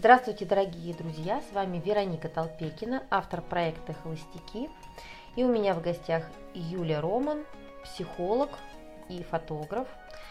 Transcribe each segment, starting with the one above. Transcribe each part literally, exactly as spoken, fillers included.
Здравствуйте, дорогие друзья! С вами Вероника Толпекина, автор проекта «Холостяки». И у меня в гостях Юлия Роман, психолог и фотограф,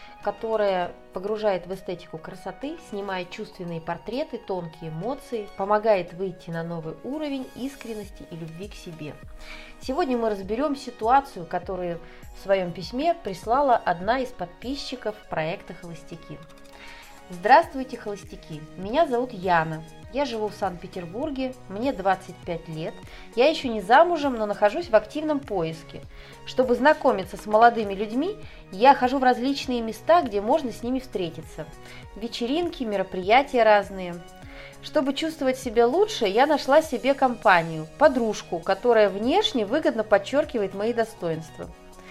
которая погружает в эстетику красоты, снимает чувственные портреты, тонкие эмоции, помогает выйти на новый уровень искренности и любви к себе. Сегодня мы разберем ситуацию, которую в своем письме прислала одна из подписчиков проекта «Холостяки». Здравствуйте, холостяки! Меня зовут Яна. Я живу в Санкт-Петербурге, мне двадцать пять лет. Я еще не замужем, но нахожусь в активном поиске. Чтобы знакомиться с молодыми людьми, я хожу в различные места, где можно с ними встретиться. Вечеринки, мероприятия разные. Чтобы чувствовать себя лучше, я нашла себе компанию, подружку, которая внешне выгодно подчеркивает мои достоинства.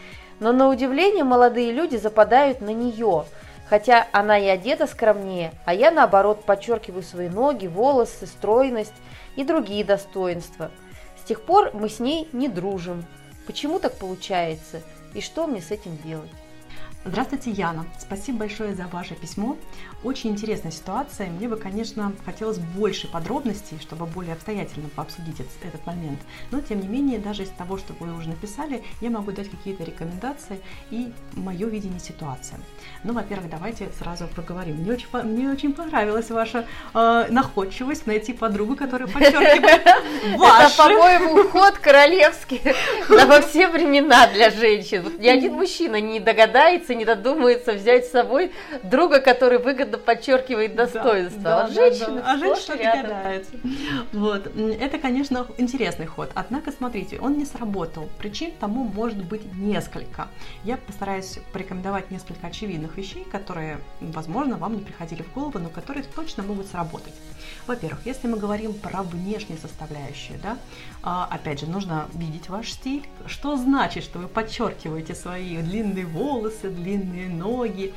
Но на удивление молодые люди западают на нее, хотя она и одета скромнее, а я, наоборот, подчеркиваю свои ноги, волосы, стройность и другие достоинства. С тех пор мы с ней не дружим. Почему так получается? И что мне с этим делать? Здравствуйте, Яна. Спасибо большое за ваше письмо. Очень интересная ситуация. Мне бы, конечно, хотелось больше подробностей, чтобы более обстоятельно пообсудить этот момент. Но, тем не менее, даже из того, что вы уже написали, я могу дать какие-то рекомендации и мое видение ситуации. Ну, во-первых, давайте сразу проговорим. Мне очень, мне очень понравилась ваша э, находчивость найти подругу, которая подчеркивает ваши. Это, по-моему, ход королевский во все времена для женщин. Ни один мужчина не догадается, не додумается взять с собой друга, который выгодно подчеркивает достоинство. Да, а да, женщина, да. А женщина догадается. Вот. Это, конечно, интересный ход. Однако, смотрите, он не сработал. Причин тому может быть несколько. Я постараюсь порекомендовать несколько очевидных вещей, которые, возможно, вам не приходили в голову, но которые точно могут сработать. Во-первых, если мы говорим про внешнюю составляющую, да, опять же, нужно видеть ваш стиль. Что значит, что вы подчеркиваете свои длинные волосы, длинные ноги,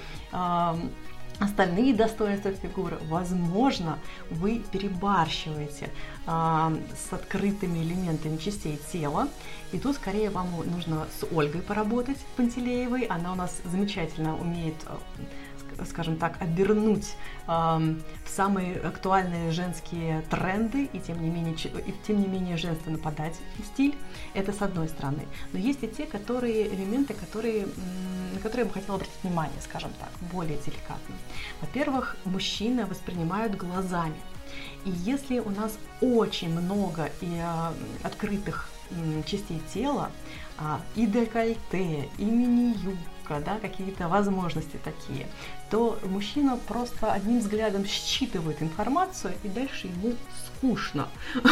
остальные достоинства фигуры? Возможно, вы перебарщиваете э, с открытыми элементами частей тела. И тут скорее вам нужно с Ольгой поработать, Пантелеевой. Она у нас замечательно умеет, э, скажем так, обернуть э, в самые актуальные женские тренды и тем не менее, и тем не менее женственно подать стиль. Это с одной стороны. Но есть и те которые, элементы, которые, на которые я бы хотела обратить внимание, скажем так, более деликатно. Во-первых, мужчины воспринимают глазами. И если у нас очень много и, а, открытых м, частей тела, а, и декольте, и мини-юбка, да, какие-то возможности такие, то мужчина просто одним взглядом считывает информацию, и дальше ему скучно.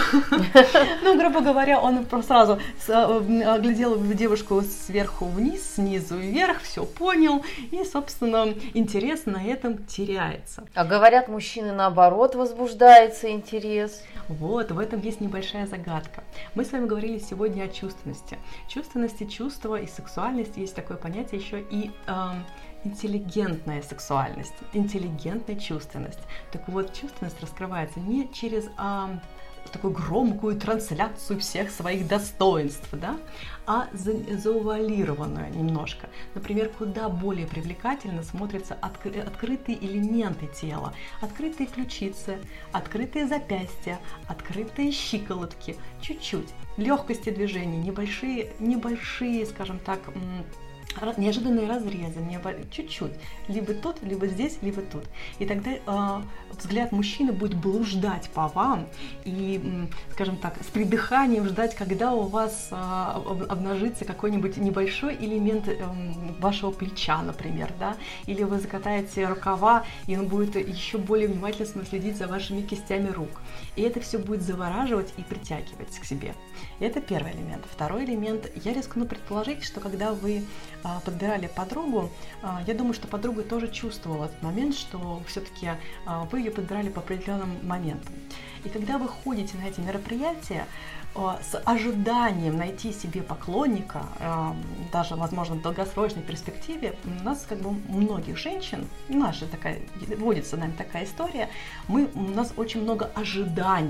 Ну, грубо говоря, он просто сразу оглядел девушку сверху вниз, снизу вверх, все понял, и, собственно, интерес на этом теряется. А говорят, мужчины наоборот возбуждается интерес. Вот, в этом есть небольшая загадка. Мы с вами говорили сегодня о чувственности. Чувственности, чувства и сексуальности есть такое понятие еще и э, интеллигентная сексуальность, интеллигентная чувственность. Так вот, чувственность раскрывается не через а, такую громкую трансляцию всех своих достоинств, да, а за, заувалированную немножко. Например, куда более привлекательно смотрятся откры, открытые элементы тела. Открытые ключицы, открытые запястья, открытые щиколотки, чуть-чуть. Легкости движений, небольшие, небольшие, скажем так, неожиданные разрезы, чуть-чуть, либо тут, либо здесь, либо тут. И тогда э, взгляд мужчины будет блуждать по вам и, скажем так, с придыханием ждать, когда у вас э, обнажится какой-нибудь небольшой элемент э, вашего плеча, например, да, или вы закатаете рукава, и он будет еще более внимательно следить за вашими кистями рук. И это все будет завораживать и притягивать к себе. И это первый элемент. Второй элемент, я рискну предположить, что когда вы подбирали подругу, я думаю, что подруга тоже чувствовала этот момент, что все-таки вы ее подбирали по определенным моментам. И когда вы ходите на эти мероприятия с ожиданием найти себе поклонника, даже, возможно, в долгосрочной перспективе, у нас как бы у многих женщин, наша такая, водится нами такая история, мы, у нас очень много ожиданий.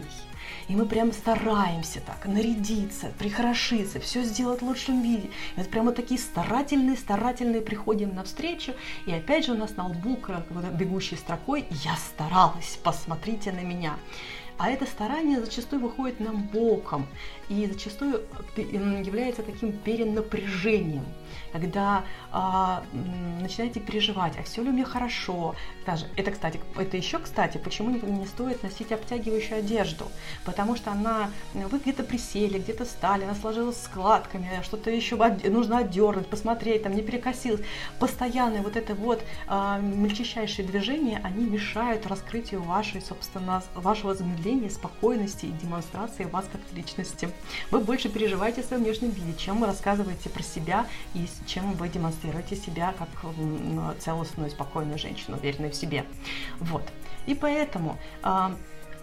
И мы прям стараемся так нарядиться, прихорошиться, все сделать в лучшем виде. И вот прямо такие старательные-старательные приходим навстречу. И опять же у нас на лбу как вот бегущей строкой «Я старалась, посмотрите на меня». А это старание зачастую выходит нам боком и зачастую является таким перенапряжением, когда а, начинаете переживать, а все ли у меня хорошо. Даже это, кстати, это еще, кстати, почему не, не стоит носить обтягивающую одежду, потому что она, вы где-то присели, где-то встали, она сложилась складками, что-то еще нужно отдернуть, посмотреть, там не перекосилось. Постоянное вот это вот а, мельчайшие движения, они мешают раскрытию вашей, собственно, вашего замедления, спокойности и демонстрации вас как личности. Вы больше переживаете о своем внешнем виде, чем вы рассказываете про себя и чем вы демонстрируете себя как целостную, спокойную женщину, уверенную в себе. Вот. И поэтому, а,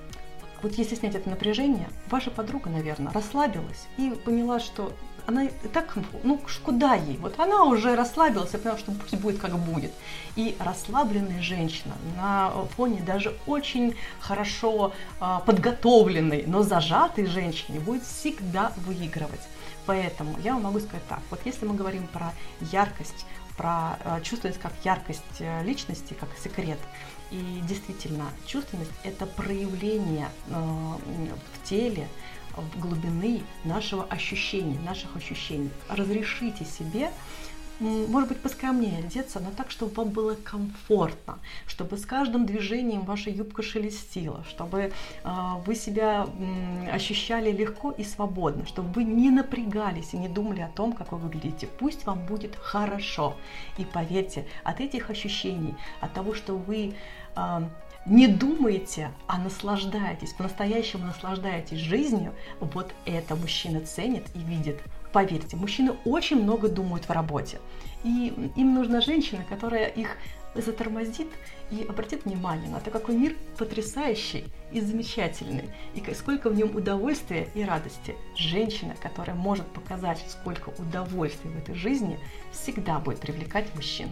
вот если снять это напряжение, ваша подруга, наверное, расслабилась и поняла, что она и так, ну, куда ей? Вот она уже расслабилась, я поняла, что пусть будет как будет. И расслабленная женщина на фоне даже очень хорошо а, подготовленной, но зажатой женщине будет всегда выигрывать. Поэтому я вам могу сказать так, вот если мы говорим про яркость, про а, чувственность как яркость личности, как секрет, и действительно чувственность – это проявление а, в теле, глубины нашего ощущения, наших ощущений. Разрешите себе, может быть, поскромнее одеться, но так, чтобы вам было комфортно, чтобы с каждым движением ваша юбка шелестила, чтобы э, вы себя э, ощущали легко и свободно, чтобы вы не напрягались и не думали о том, как вы выглядите. Пусть вам будет хорошо. И поверьте, от этих ощущений, от того, что вы э, не думаете, а наслаждаетесь, по-настоящему наслаждаетесь жизнью, вот это мужчина ценит и видит. Поверьте, мужчины очень много думают в работе, и им нужна женщина, которая их затормозит и обратит внимание на то, какой мир потрясающий и замечательный, и сколько в нем удовольствия и радости. Женщина, которая может показать, сколько удовольствия в этой жизни, всегда будет привлекать мужчин.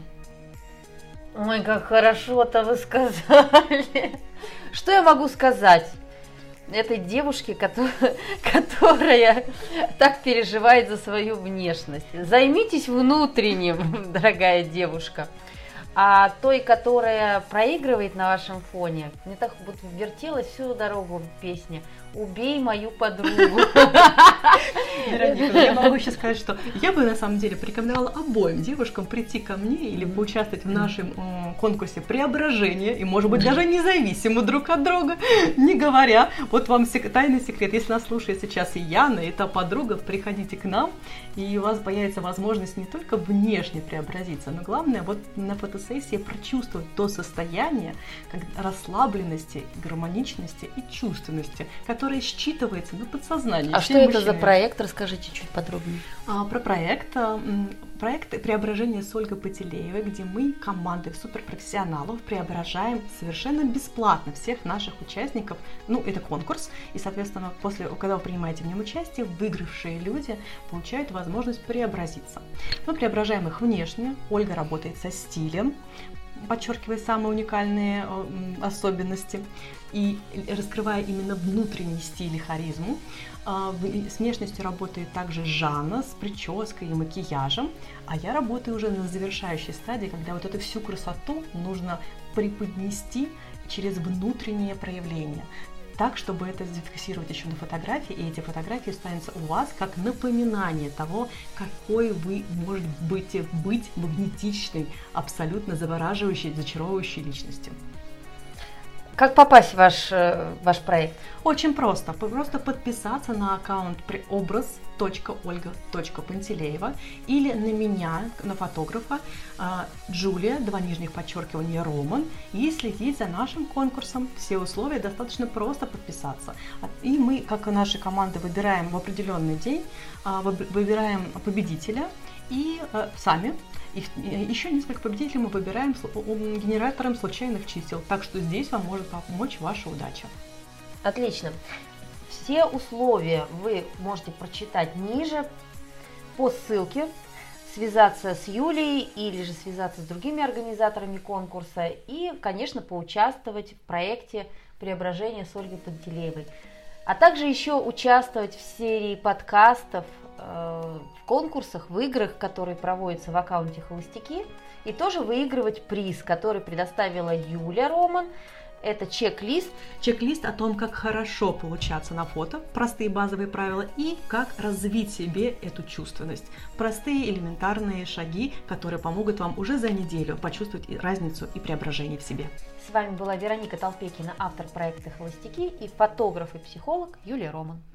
Ой, как хорошо-то вы сказали. Что я могу сказать этой девушке, которая, которая так переживает за свою внешность? Займитесь внутренним, дорогая девушка. А той, которая проигрывает на вашем фоне, мне так вот вертелась всю дорогу песня «Убей мою подругу». Вероника, я могу сейчас сказать, что я бы на самом деле порекомендовала обоим девушкам прийти ко мне или поучаствовать в нашем э, конкурсе преображения, и, может быть, даже независимо друг от друга, не говоря. Вот вам сек- тайный секрет. Если нас слушает сейчас и Яна, и та подруга, приходите к нам, и у вас появится возможность не только внешне преобразиться, но главное вот на фотосессии прочувствовать то состояние как расслабленности, гармоничности и чувственности, которое считывается на подсознании. А что это за проект? Расскажите чуть подробнее. А, про проект. Проект «Преображение» с Ольгой Потелеевой, где мы командой суперпрофессионалов преображаем совершенно бесплатно всех наших участников. Ну, это конкурс, и, соответственно, после, когда вы принимаете в нем участие, выигравшие люди получают возможность преобразиться. Мы преображаем их внешне. Ольга работает со стилем, подчеркивая самые уникальные э, особенности и раскрывая именно внутренний стиль и харизму. Э, с внешностью работает также Жанна с прической и макияжем, а я работаю уже на завершающей стадии, когда вот эту всю красоту нужно преподнести через внутреннее проявление, так, чтобы это зафиксировать еще на фотографии, и эти фотографии останутся у вас как напоминание того, какой вы можете быть магнетичной, абсолютно завораживающей, зачаровывающей личностью. Как попасть в ваш, ваш проект? Очень просто. Просто подписаться на аккаунт образ точка ольга точка пантелеева или на меня, на фотографа Джулия, два нижних подчеркивания, Роман, и следить за нашим конкурсом. Все условия достаточно просто подписаться. И мы, как и наши команды, выбираем в определенный день, выбираем победителя и сами. И еще несколько победителей мы выбираем генератором случайных чисел. Так что здесь вам может помочь ваша удача. Отлично. Все условия вы можете прочитать ниже по ссылке, связаться с Юлией или же связаться с другими организаторами конкурса и, конечно, поучаствовать в проекте «Преображение» с Ольгой Пантелеевой. А также еще участвовать в серии подкастов, в конкурсах, в играх, которые проводятся в аккаунте Холостяки, и тоже выигрывать приз, который предоставила Юля Роман. Это чек-лист. Чек-лист о том, как хорошо получаться на фото, простые базовые правила и как развить себе эту чувственность. Простые элементарные шаги, которые помогут вам уже за неделю почувствовать разницу и преображение в себе. С вами была Вероника Толпекина, автор проекта «Холостяки», и фотограф и психолог Юлия Роман.